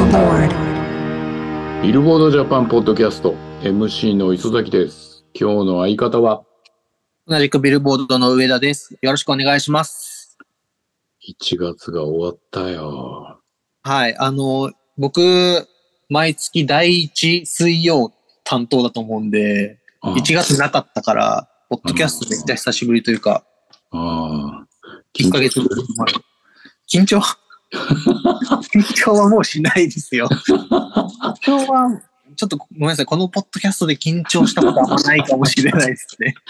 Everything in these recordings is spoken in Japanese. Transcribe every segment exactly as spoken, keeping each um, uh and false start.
aboard. ビルボードジャパンポッドキャスト エムシー の磯崎です。今日の相方は同じくビルボードの上田です。よろしくお願いします。 いちがつが終わったよ。 はい、あの僕毎月だいいち水曜担当だと思うんで、 ああいちがつなかったからポッドキャストめっちゃ久しぶりというか、 ああいっかげつぶり前。緊張緊張はもうしないですよ。緊張はちょっとごめんなさい、このポッドキャストで緊張したことあんまないかもしれないですね。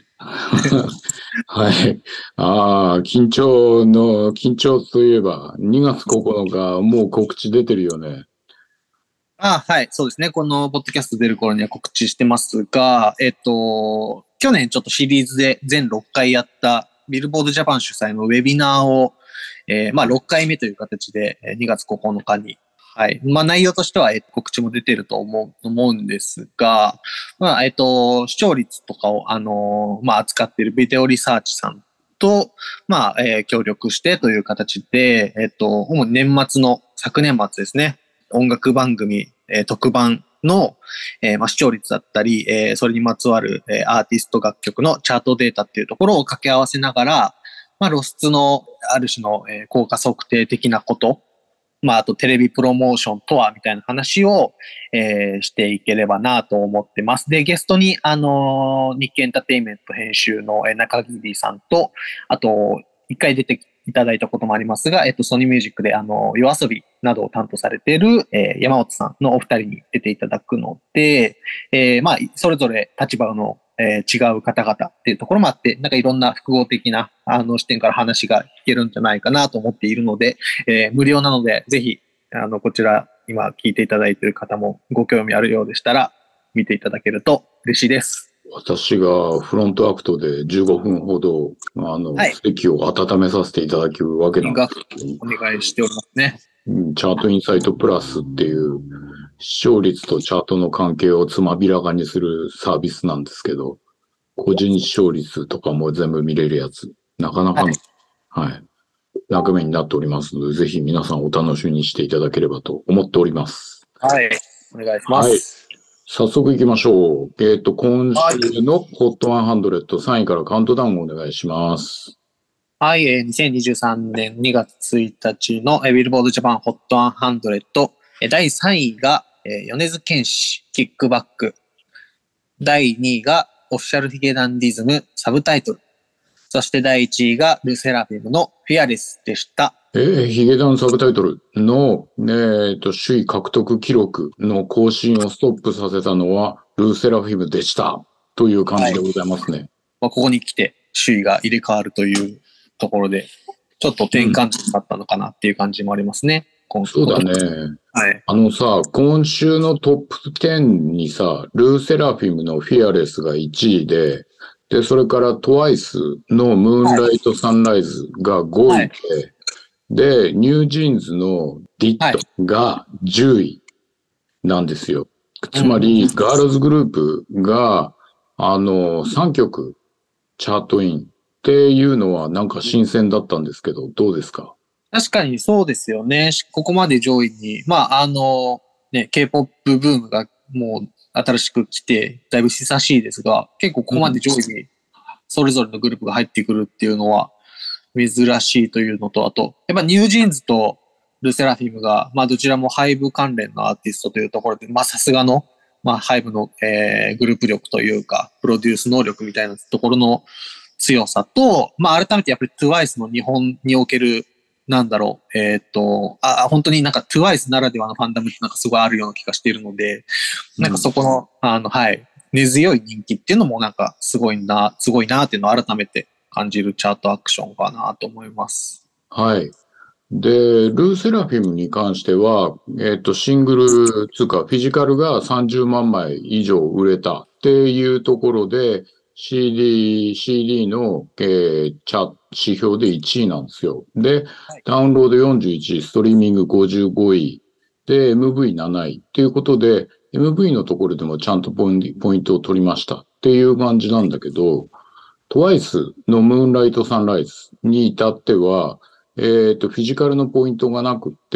はい。ああ、緊張の、緊張といえば、にがつここのか、もう告知出てるよね。 あはい、そうですね。このポッドキャスト出る頃には告知してますが、えっと、去年ちょっとシリーズで全ろっかいやったビルボードジャパン主催のウェビナーを、えー、まあろっかいめという形でにがつここのかに、はい。まあ内容としてはえ告知も出てると思う、思うんですが、まあ、えっと、視聴率とかを、あのーまあ扱っているビデオリサーチさんと、まあ、えー協力してという形で、えっと、主に年末の、昨年末ですね、音楽番組、えー特番の、えーまあ、視聴率だったり、えーそれにまつわる、えーアーティスト楽曲のチャートデータっていうところを掛け合わせながら、まあ、露出のある種の、えー効果測定的なこと、まあ、あとテレビプロモーションとはみたいな話を、えーしていければなと思ってます。で、ゲストに、あのー日経エンターテインメント編集の、えー中桐さんと、あと、一回出ていただいたこともありますが、えっと、ソニーミュージックで、あの、夜遊びなどを担当されている、えー山本さんのお二人に出ていただくので、えーまあ、それぞれ立場の、えー違う方々っていうところもあって、なんかいろんな複合的な、あの、視点から話が聞けるんじゃないかなと思っているので、えー無料なので、ぜひ、あの、こちら、今聞いていただいている方もご興味あるようでしたら、見ていただけると嬉しいです。 私がフロントアクトでじゅうごふんほど、あの、 はい席を温めさせていただくわけなんですけど、 お願いしておりますね。 うんチャートインサイトプラスっていう視聴率とチャートの関係をつまびらかにするサービスなんですけど、個人視聴率とかも全部見れるやつ、なかなかの、はい、はい、役目になっておりますので、ぜひ皆さんお楽しみにしていただければと思っております。 はい。お願いします。 はい。早速行きましょう。えっと、今週のホットひゃくさんいからカウントダウンをお願いします。 はい、えーにせんにじゅうさんねんにがつついたちのえービルボードジャパンホットひゃく、えーだいさんいが、えー米津玄師キックバック、だいにいがオフィシャルヒゲダンディズムサブタイトル、そしてだいいちいがルセラフィムのフィアレスでした。 えー、ヒゲダンサブタイトルの、えっと、首位獲得記録の更新をストップさせたのはルーセラフィムでしたという感じでございますね。 まあ、ここに来て首位が入れ替わるというところで、ちょっと転換点だったのかなっていう感じもありますね。今そうだね。 はい。 あのさ、今週のトップじゅうにさ、ルーセラフィムのフィアレスがいちいで、で、それからトワイスのムーンライトサンライズがごいで、はい、で、ニュージーンズのディットがじゅういなんですよ。つまり、ガールズグループが、あの、さんきょくチャートインっていうのはなんか新鮮だったんですけど、どうですか？ 確かにそうですよね。ここまで上位に、まあ、あの、ね、K-ポップ ブームがもう新しく来て、だいぶ久しいですが、結構ここまで上位にそれぞれのグループが入ってくるっていうのは珍しいというのと、あと、やっぱニュージーンズとルセラフィムが、まあどちらもハイブ関連のアーティストというところで、まあさすがの、まあハイブの、えー、グループ力というか、プロデュース能力みたいなところの強さと、まあ改めてやっぱり トゥワイス の日本におけるなんだろう、えっと、あ、本当になんか トゥワイス ならではのファンダムってなんかすごいあるような気がしているので、なんかそこの、あの、はい、根強い人気っていうのもなんかすごいな、すごいなっていうのを改めて感じるチャートアクションかなと思います。 はい。で、ルーセラフィムに関しては、えっと、シングルつうか、フィジカルがさんじゅうまんまい以上売れたっていうところで、シーディー、シーディー の、えー、チャ指標でいちいなんですよ。で、はい、ダウンロードよんじゅういちい、ストリーミングごじゅうごい、で、エムブイなないっていうことで、エムブイ のところでもちゃんとポイント、ポイントを取りましたっていう感じなんだけど、トワイスのムーンライトサンライズに至っては、えっと、フィジカルのポイントがなくって、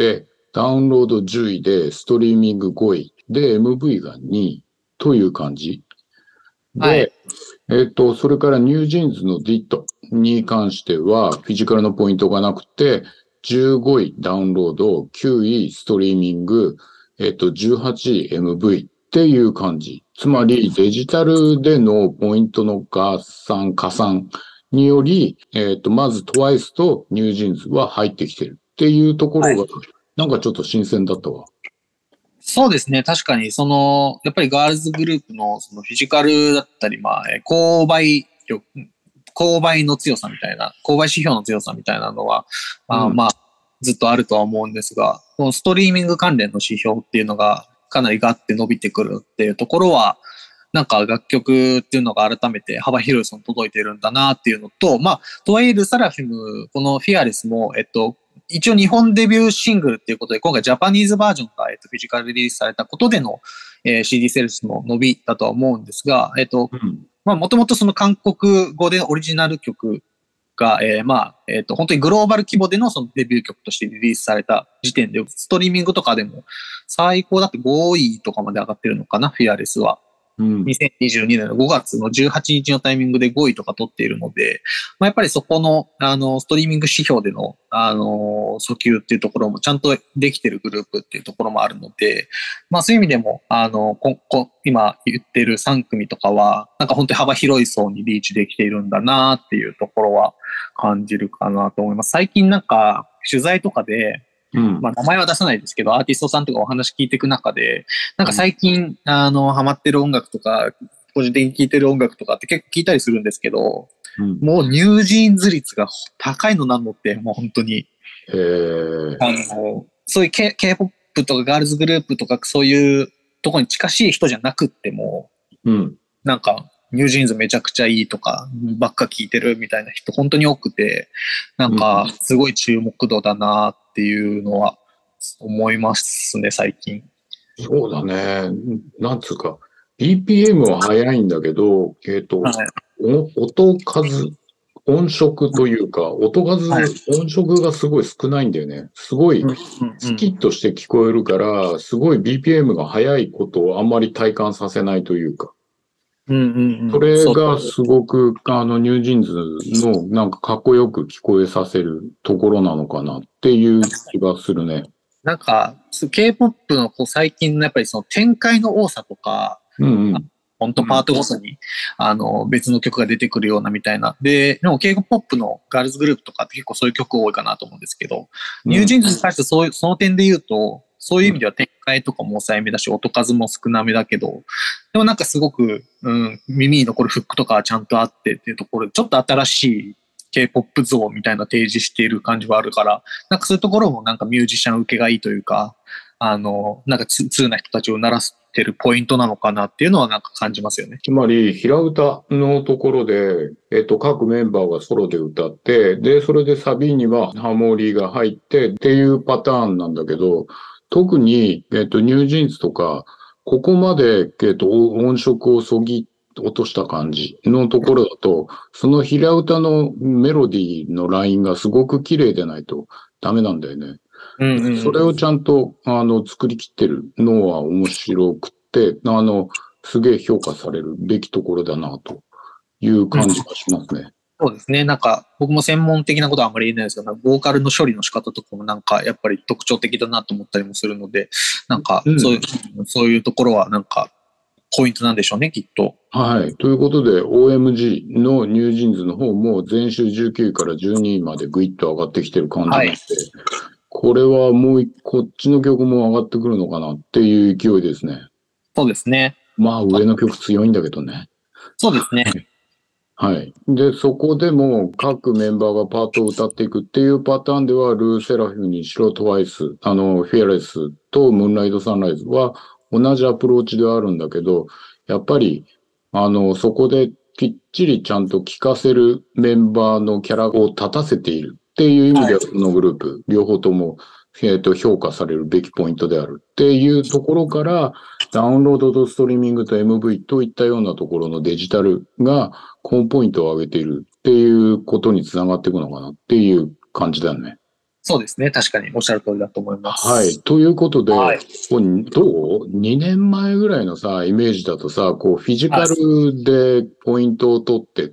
ダウンロードじゅういで、ストリーミングごいで、エムブイ がにいという感じ。で、 はい。 えっと、それからニュージーンズの ディーアイティー に関しては、フィジカルのポイントがなくて、じゅうごいダウンロード、きゅういストリーミング、えっと、じゅうはちい エムブイ っていう感じ。つまり、デジタルでのポイントの合算、加算により、えっと、まずトワイスとニュージーンズは入ってきてるっていうところが、なんかちょっと新鮮だったわ。 そうですね。確かに、その、やっぱりガールズグループのそのフィジカルだったり、まあ、えー購買力、購買の強さみたいな、購買指標の強さみたいなのは、あーうんまあ、ずっとあるとは思うんですが、このストリーミング関連の指標っていうのがかなりガッて伸びてくるっていうところは、なんか楽曲っていうのが改めて幅広い層に届いてるんだなっていうのと、まあ、とはいえルサラフィム、このフィアレスも、えっと、一応日本デビューシングルっていうことで、今回ジャパニーズバージョンが、えっと、フィジカルリリースされたことでの、えー シーディー セールスの伸びだとは思うんですが、えっと、 うんまあ、もともとその韓国語でオリジナル曲が、えー、まあ、えっと、本当にグローバル規模でのそのデビュー曲としてリリースされた時点で、ストリーミングとかでも最高だってごいとかまで上がってるのかな、フィアレスは。 うんにせんにじゅうにねんのごがつのじゅうはちにちのタイミングでごいとか取っているので、まあ、やっぱりそこの、あの、ストリーミング指標での、あの、訴求っていうところもちゃんとできてるグループっていうところもあるので、まあそういう意味でも、あの、ここ今言ってるさん組とかは、なんか本当に幅広い層にリーチできているんだなっていうところは感じるかなと思います。最近なんか取材とかで、 うんまあ名前は出さないですけど、アーティストさんとかお話聞いていく中で、なんか最近、あの、ハマってる音楽とか、個人的に聴いてる音楽とかって結構聞いたりするんですけど、 うんもうニュージーンズ率が高いのなんのって、もう本当に、 えーあの、そういう K- K-ポップ とかガールズグループとかそういうとこに近しい人じゃなくっても、 うんなんか、ニュージーンズめちゃくちゃいいとか、ばっか聞いてるみたいな人本当に多くて、なんか、すごい注目度だなっていうのは思いますね、最近。 そうだね。なんつうか、ビーピーエム は速いんだけど、えっと、 はい。 お音数、音色というか、音数、 はい音色がすごい少ないんだよね。すごい、 うんうんスキッとして聞こえるから、すごい ビーピーエム が速いことをあんまり体感させないというか、 うんうんうん。 それそう。 がすごく、あの、ニュージーンズのなんかかっこよく聞こえさせるところなのかなっていう気がするね。 なんか、K-ポップ のこう最近のやっぱりその展開の多さとか、 うんうん。 本当パートごとに、あの、別の曲が出てくるようなみたいな。で、でも K-ポップ のガールズグループとかって結構そういう曲多いかなと思うんですけど、ニュージーンズに関してそういう、その点で言うと、そういう意味では展開とかも抑えめだし、音数も少なめだけど、でもなんかすごく、うん、耳に残るフックとかはちゃんとあってっていうところで、ちょっと新しい K-ポップ 像みたいな提示している感じはあるから、なんかそういうところもなんかミュージシャン受けがいいというか、あの、なんかツツーな人たちを鳴らしてるポイントなのかなっていうのはなんか感じますよね。 つまり、平歌のところで、えっと、各メンバーがソロで歌って、で、それでサビにはハモリが入ってっていうパターンなんだけど、特に、えっと、ニュージーンズとか、ここまで、えっと、音色をそぎ落とした感じのところだと、その平歌のメロディーのラインがすごく綺麗でないとダメなんだよね。 うんうんうん、 それをちゃんと、あの、作りきってるのは面白くて、あの、すげえ評価されるべきところだな、という感じがしますね。 そうですね。なんか、僕も専門的なことはあんまり言えないですけど、ボーカルの処理の仕方とかもなんか、やっぱり特徴的だなと思ったりもするので、なんか、 うんそういう、そういうところはなんか、ポイントなんでしょうね、きっと。 はい。ということで、オーエムジー のニュージーンズの方も前週じゅうきゅういからじゅうにいまでぐいっと上がってきてる感じなので、 はいこれはもうこっちの曲も上がってくるのかなっていう勢いですね。 そうですね。 まあ上の曲強いんだけどね。 そうですね。 はい。で、そこでも各メンバーがパートを歌っていくっていうパターンでは、ルーセラフィムにしろトワイス、あの、フィアレスとムーンライトサンライズは同じアプローチではあるんだけど、やっぱり、あの、そこできっちりちゃんと聴かせるメンバーのキャラを立たせているっていう意味では、このグループ、両方とも、えっと、評価されるべきポイントであるっていうところから、ダウンロードとストリーミングと エムブイ といったようなところのデジタルが高ポイントを上げているっていうことにつながっていくのかなっていう感じだよね。 そうですね。確かにおっしゃる通りだと思います。 はい。ということで、 はい。 こうどう ?に 年前ぐらいのさ、イメージだとさ、こう、フィジカはい。 ルでポイントを取ってって、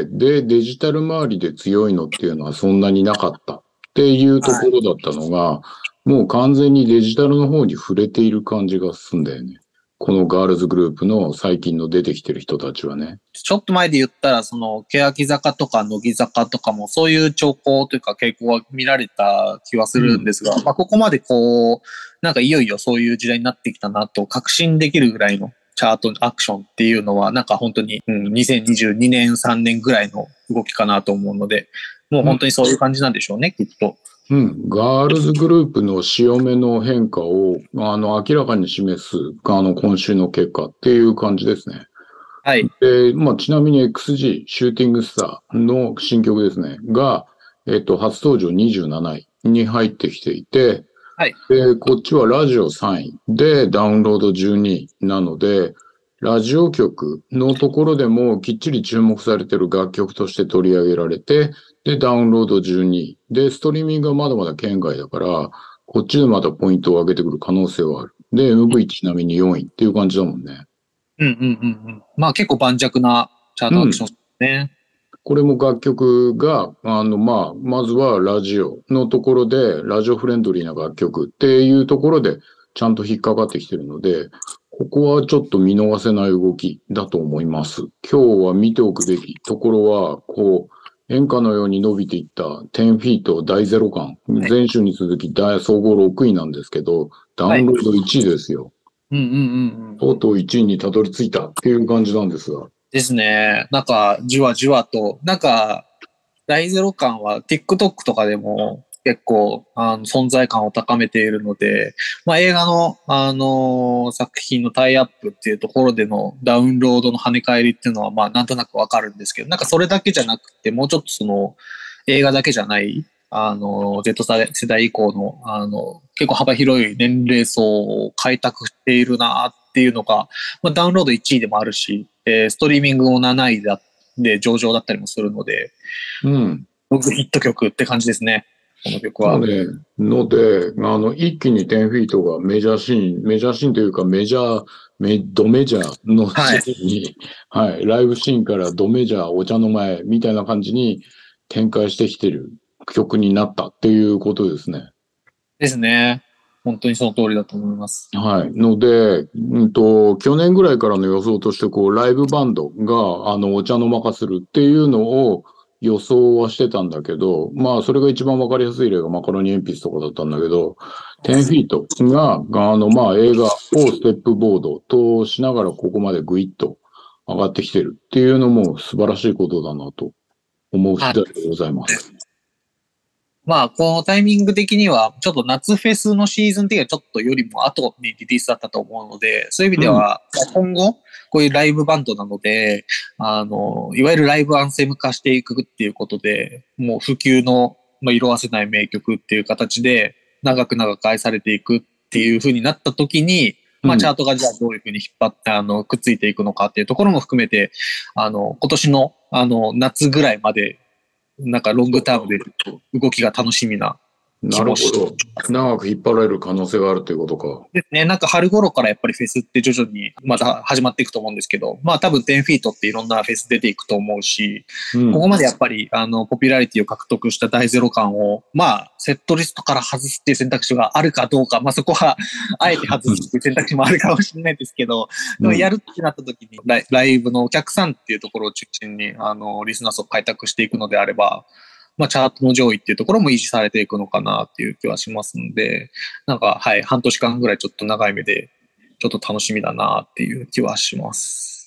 で、デジタル周りで強いのっていうのはそんなになかったっていうところだったのが、もう完全にデジタルの方に触れている感じがすんだよね。このガールズグループの最近の出てきてる人たちはね。 ちょっと前で言ったら、その、欅坂とか乃木坂とかも、そういう兆候というか傾向が見られた気はするんですが、まあ、ここまでこう、なんかいよいよそういう時代になってきたなと確信できるぐらいのチャートアクションっていうのは、なんか本当に、うん、にせんにじゅうにねん、さんねんぐらいの動きかなと思うので、もう本当にそういう感じなんでしょうね、きっと。 うん、ガールズグループの潮目の変化を、あの、明らかに示す、あの、今週の結果っていう感じですね。 はい。 で、まあ、ちなみに エックスジー、シューティングスターの新曲ですね、が、えっと、初登場にじゅうなないに入ってきていて、 はい。 で、こっちはラジオさんいでダウンロードじゅうにいなので、ラジオ局のところでもきっちり注目されている楽曲として取り上げられて、で、ダウンロードじゅうにい。で、ストリーミングはまだまだ圏外だから、こっちでまたポイントを上げてくる可能性はある。で、エムブイ ちなみによんいっていう感じだもんね。 うんうんうんうん。まあ結構盤石なチャートアクションですね。 これも楽曲が、あの、まあ、まずはラジオのところで、ラジオフレンドリーな楽曲っていうところで、ちゃんと引っかかってきてるので、ここはちょっと見逃せない動きだと思います。今日は見ておくべきところは、こう、演歌のように伸びていったじゅうフィート大ゼロ感。 はい前週に続き大総合ろくいなんですけど、ダウンロードいちいですよ。 うんうんうんうん。 とうとういちいにたどり着いたっていう感じなんですが。 ですね。なんか、じわじわと、なんか、大ゼロ感は TikTok とかでも結構あの存在感を高めているので、まあ、映画の、あのー作品のタイアップっていうところでのダウンロードの跳ね返りっていうのは、まあ、なんとなくわかるんですけど、なんかそれだけじゃなくて、もうちょっとその映画だけじゃない、あの、Z 世代以降の、あの、結構幅広い年齢層を開拓しているなっていうのが、まあ、ダウンロードいちいでもあるし、えーストリーミングもなないだで上場だったりもするので、 うん。 ロックヒット曲って感じですね。この曲は。 そうね。ので、あの、一気にじゅうフィートがメジャーシーン、メジャーシーンというかメジャー、メドメジャーのシーンに、はい、はい、ライブシーンからドメジャー、お茶の前みたいな感じに展開してきてる曲になったっていうことですね。 ですね。本当にその通りだと思います。 はい。ので、うんと、去年ぐらいからの予想として、こう、ライブバンドが、あの、お茶の間化するっていうのを予想はしてたんだけど、まあ、それが一番わかりやすい例がマカロニ鉛筆とかだったんだけど、じゅうフィートが、あの、まあ、映画をステップボードとしながらここまでグイッと上がってきてるっていうのも素晴らしいことだなと思う次第でございます。 まあ、このタイミング的には、ちょっと夏フェスのシーズン的にはちょっとよりも後にリリースだったと思うので、そういう意味では、今後、こういうライブバンドなので、あの、いわゆるライブアンセム化していくっていうことで、もう普及の、まあ、色あせない名曲っていう形で、長く長く愛されていくっていう風になった時に、まあ、チャートがじゃあどういう風に引っ張って、あの、くっついていくのかっていうところも含めて、あの、今年の、あの、夏ぐらいまで、なんかロングタームで動きが楽しみな気なるほもして。 ど。長く引っ張られる可能性があるということか。 ですね。なんか春頃からやっぱりフェスって徐々にまた始まっていくと思うんですけど、まあ多分じゅうフィートっていろんなフェス出ていくと思うし、 うん、 ここまでやっぱりあのポピュラリティを獲得した大ゼロ感を、まあセットリストから外すっていう選択肢があるかどうか、まあそこはあえて外すっていう選択肢もあるかもしれないですけど、でもやるってなった時にライライブのお客さんっていうところを中心にあのリスナー層を開拓していくのであれば、まあ、チャートの上位っていうところも維持されていくのかなっていう気はしますので、なんか、はい、半年間ぐらいちょっと長い目で、ちょっと楽しみだなっていう気はします。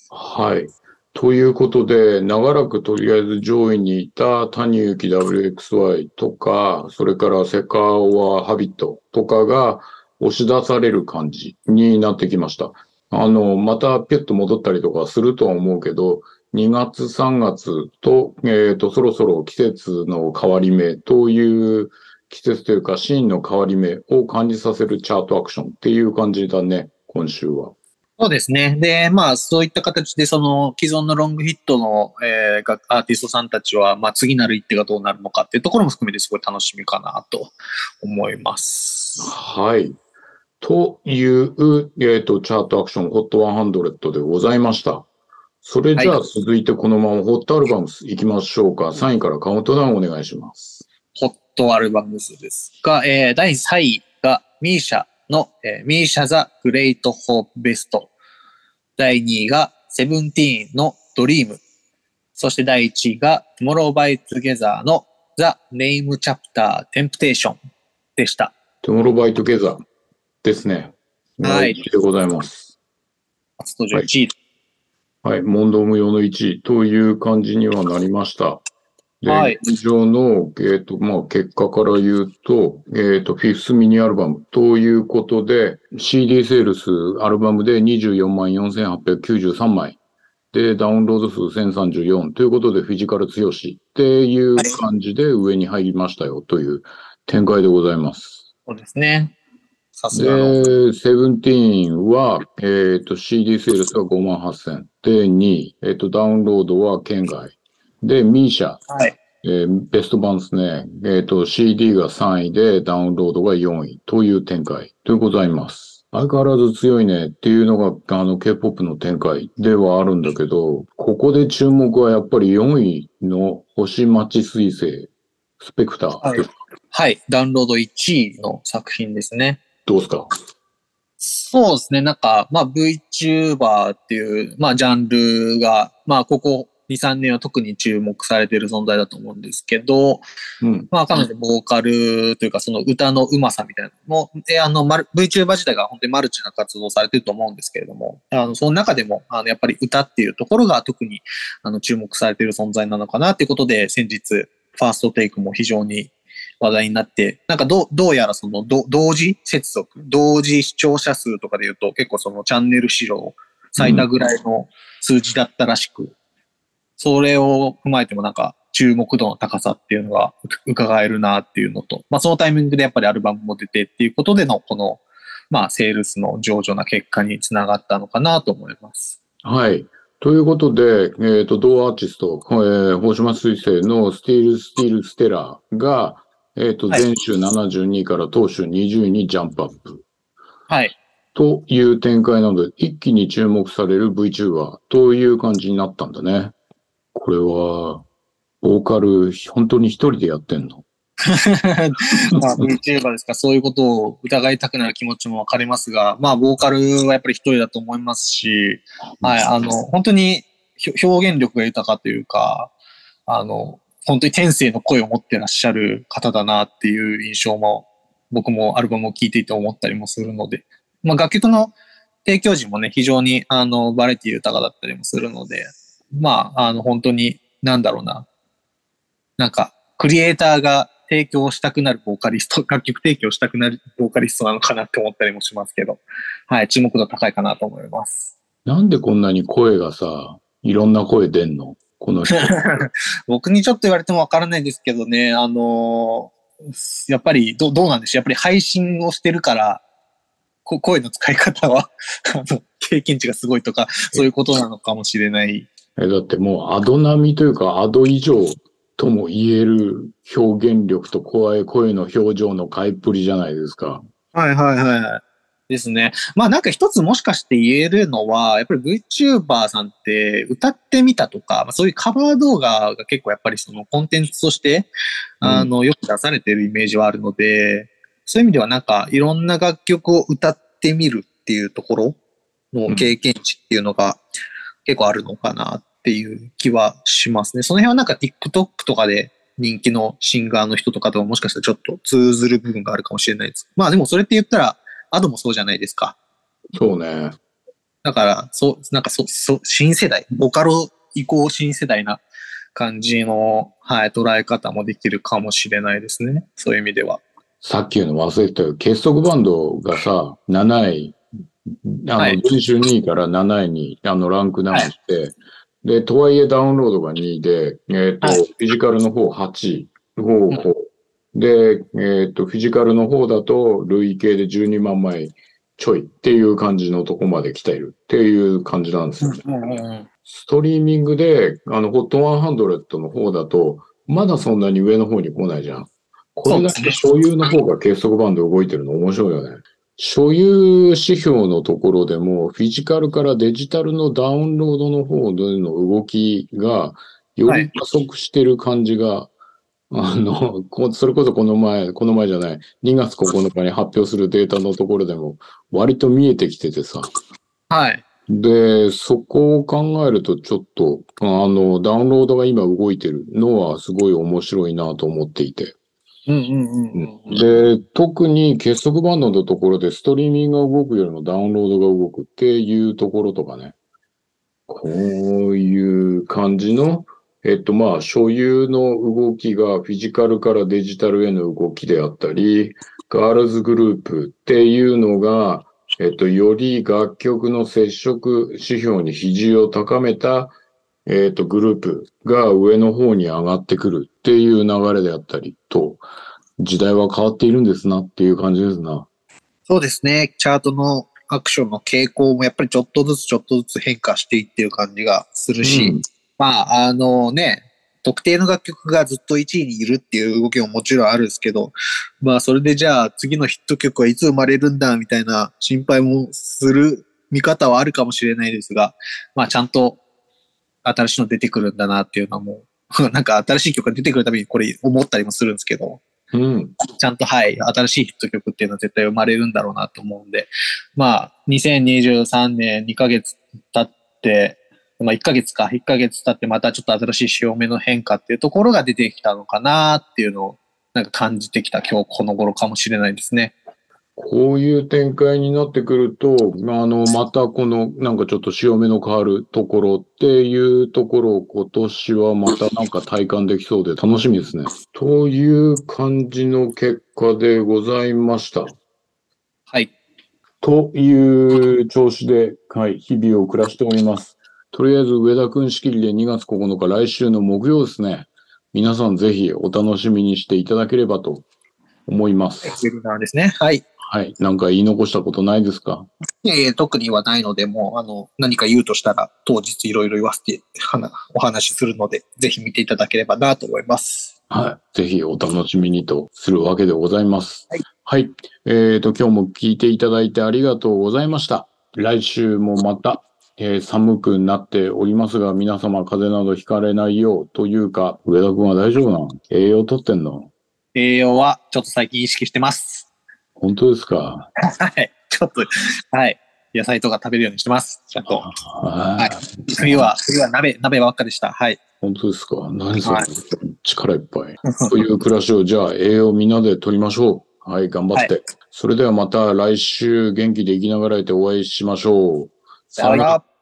はい。ということで、長らくとりあえず上位にいた谷幸 ダブリューエックスワイ とか、それからセカオワハビットとかが押し出される感じになってきました。あの、またピュッと戻ったりとかするとは思うけど、にがつ、さんがつと、えっと、そろそろ季節の変わり目という、季節というかシーンの変わり目を感じさせるチャートアクションっていう感じだね、今週は。 そうですね。で、まあ、そういった形で、その、既存のロングヒットの、えーがアーティストさんたちは、まあ、次なる一手がどうなるのかっていうところも含めて、すごい楽しみかなと思います。 はい。という、えっ、と、チャートアクション ホットひゃくでございました。それじゃあ、続いてこのままホットアルバムスいきましょうか。さんいからカウントダウンお願いします。 ホットアルバムスですが、えー、だいさんいがミーシャの、えー、ミーシャザ・グレイト・ホープ・ベスト。だいにいがセブンティーンのドリーム。そしてだいいちいが Tomorrow by Together の The Name Chapter Temptation でした。 Tomorrow by Together ですね。 はい。 でございます。 初登場いちい。 はい。はい、問答無用のいちいという感じにはなりました。で、 はい、 現状の、えっ、と、まあ、結果から言うと、えっ、と、フィフスミニアルバムということで、シーディー セールス、アルバムでにじゅうよんまんよんせんはっぴゃくきゅうじゅうさんまい。で、ダウンロード数せんさんじゅうよんということで、フィジカル強しっていう感じで上に入りましたよという展開でございます。 そうですね。さすがの。 で、セブンティーンは、えっ、と、シーディー セールスがごまんはっせん。で、にい、えっ、と、ダウンロードは県外。で、ミーシャ。 はい。 えー、ベスト版ですね。えっ、と、シーディー がさんいで、ダウンロードがよんいという展開でございます。相変わらず強いねっていうのが、あの、K-ポップ の展開ではあるんだけど、ここで注目はやっぱりよんいの星待ち彗星、スペクター。 はい。はい。ダウンロードいちいの作品ですね。 どうですか？ そうですね。なんか、まあ VTuber っていう、まあジャンルが、まあここに、さんねんは特に注目されている存在だと思うんですけど、 うん。 まあ彼女ボーカルというかその歌の上手さみたいなのも、えあの、VTuber 自体が本当にマルチな活動をされてると思うんですけれども、あの、その中でも、あの、やっぱり歌っていうところが特に、あの、注目されている存在なのかなっていうことで、先日、ファーストテイクも非常に話題になって、なんかどう、どうやらその、同時接続、同時視聴者数とかで言うと、結構そのチャンネル史上最多ぐらいの数字だったらしく、うん、それを踏まえてもなんか注目度の高さっていうのが伺えるなっていうのと、まあそのタイミングでやっぱりアルバムも出てっていうことでのこの、まあセールスの上々な結果につながったのかなと思います。 はい。ということで、えっ、と、同アーティスト、えー、星間水星のスティール・スティール・ステラーが、えっ、と、前週ななじゅうにいから当週にじゅういにジャンプアップ。 はい。 という展開なので、一気に注目される VTuber という感じになったんだね。これは、ボーカル、本当に一人でやってんの？ まあ、VTuber ですから、そういうことを疑いたくなる気持ちもわかりますが、まあ、ボーカルはやっぱり一人だと思いますし、はい、あの、本当に表現力が豊かというか、あの、本当に天性の声を持ってらっしゃる方だなっていう印象も、僕もアルバムを聴いていて思ったりもするので、まあ、楽曲の提供時もね、非常に、あの、バラエティ豊かだったりもするので、まあ、あの、本当に、なんだろうな、なんか、クリエイターが提供したくなるボーカリスト、楽曲提供したくなるボーカリストなのかなって思ったりもしますけど、はい、注目度高いかなと思います。 なんでこんなに声がさ、いろんな声出んの？この人。 僕にちょっと言われてもわからないですけどね、あのー、やっぱりどどうなんでしょう。やっぱり配信をしてるから、こ声の使い方はあの経験値がすごいとか、そういうことなのかもしれない。 え、だってもうアド並みというかアド以上とも言える表現力と声、声の表情の買いっぷりじゃないですか。 はいはいはい。ですね。まあなんか一つもしかして言えるのは、やっぱり VTuber さんって歌ってみたとか、まあ、そういうカバー動画が結構やっぱりそのコンテンツとして、あの、よく出されてるイメージはあるので、そういう意味ではなんかいろんな楽曲を歌ってみるっていうところの経験値っていうのが結構あるのかなっていう気はしますね。その辺はなんか TikTok とかで人気のシンガーの人とかとももしかしたらちょっと通ずる部分があるかもしれないです。まあでもそれって言ったら、アドもそうじゃないですか。 そうね。 だから、そう、なんかそ、そ、新世代、ボカロ以降新世代な感じの、はい、捉え方もできるかもしれないですね。そういう意味では。 さっき言うの忘れてたよ。結束バンドがさ、なないあの、はい、前週にいからなないに、あの、ランクダウンして、はい、で、とはいえダウンロードがにいで、えっ、ー、と、はい、フィジカルの方はちい。ほうほう。で、えっ、ー、と、フィジカルの方だと、累計でじゅうにまんまいちょいっていう感じのとこまで来ているっていう感じなんですよね。 うんうんうん、 ストリーミングで、あの、ホットひゃくの方だと、まだそんなに上の方に来ないじゃん。これだけ所有の方が結束バンド動いてるの面白いよね。所有指標のところでも、フィジカルからデジタルのダウンロードの方での動きが、より加速してる感じが、はい、あの、それこそこの前、この前じゃない、にがつここのかに発表するデータのところでも、割と見えてきててさ。 はい。 で、そこを考えるとちょっと、あの、ダウンロードが今動いてるのはすごい面白いなと思っていて。 うんうんうんうん、 で、特に結束バンドのところでストリーミングが動くよりもダウンロードが動くっていうところとかね。こういう感じの、えっとまあ、所有の動きがフィジカルからデジタルへの動きであったり、ガールズグループっていうのが、えっと、より楽曲の接触指標に比重を高めた、えっと、グループが上の方に上がってくるっていう流れであったりと、時代は変わっているんですなっていう感じですな。 そうですね。チャートのアクションの傾向もやっぱりちょっとずつちょっとずつ変化していってる感じがするし、うん、まあ、あのね、特定の楽曲がずっといちいにいるっていう動きももちろんあるんですけど、まあそれでじゃあ次のヒット曲はいつ生まれるんだみたいな心配もする見方はあるかもしれないですが、まあちゃんと新しいの出てくるんだなっていうのも、なんか新しい曲が出てくるたびにこれ思ったりもするんですけど、 うん、 ちゃんとはい、新しいヒット曲っていうのは絶対生まれるんだろうなと思うんで、まあにせんにじゅうさんねんにかげつ経って、まあいっかげつか、いっかげつ経ってまたちょっと新しい潮目の変化っていうところが出てきたのかなっていうのをなんか感じてきた今日この頃かもしれないですね。 こういう展開になってくると、あの、またこのなんかちょっと潮目の変わるところっていうところを今年はまたなんか体感できそうで楽しみですね。という感じの結果でございました。 はい。 という調子で、はい、日々を暮らしております。とりあえず上田くん仕切りでにがつここのか来週の木曜ですね。皆さんぜひお楽しみにしていただければと思います。 ウェビナーですね。はい。 はい。なんか言い残したことないですか？ いやいや、特にはないので、もう、あの、何か言うとしたら、当日いろいろ言わせて、お話しするので、ぜひ見ていただければなと思います。 はい。ぜひお楽しみにとするわけでございます。 はい。 はい。えーと、今日も聞いていただいてありがとうございました。来週もまた、えー、寒くなっておりますが、皆様風邪などひかれないようというか、上田くんは大丈夫なの？栄養とってんの？ 栄養はちょっと最近意識してます。 本当ですか？ はい。ちょっと、はい。野菜とか食べるようにしてます。ちゃんと。はい。冬は、冬は鍋、鍋ばっかでした。はい。 本当ですか？何それ、はい、力いっぱい。という暮らしを、じゃあ栄養みんなで取りましょう。はい、頑張って。はい、それではまた来週元気で生きながらえてお会いしましょう。 さよなら。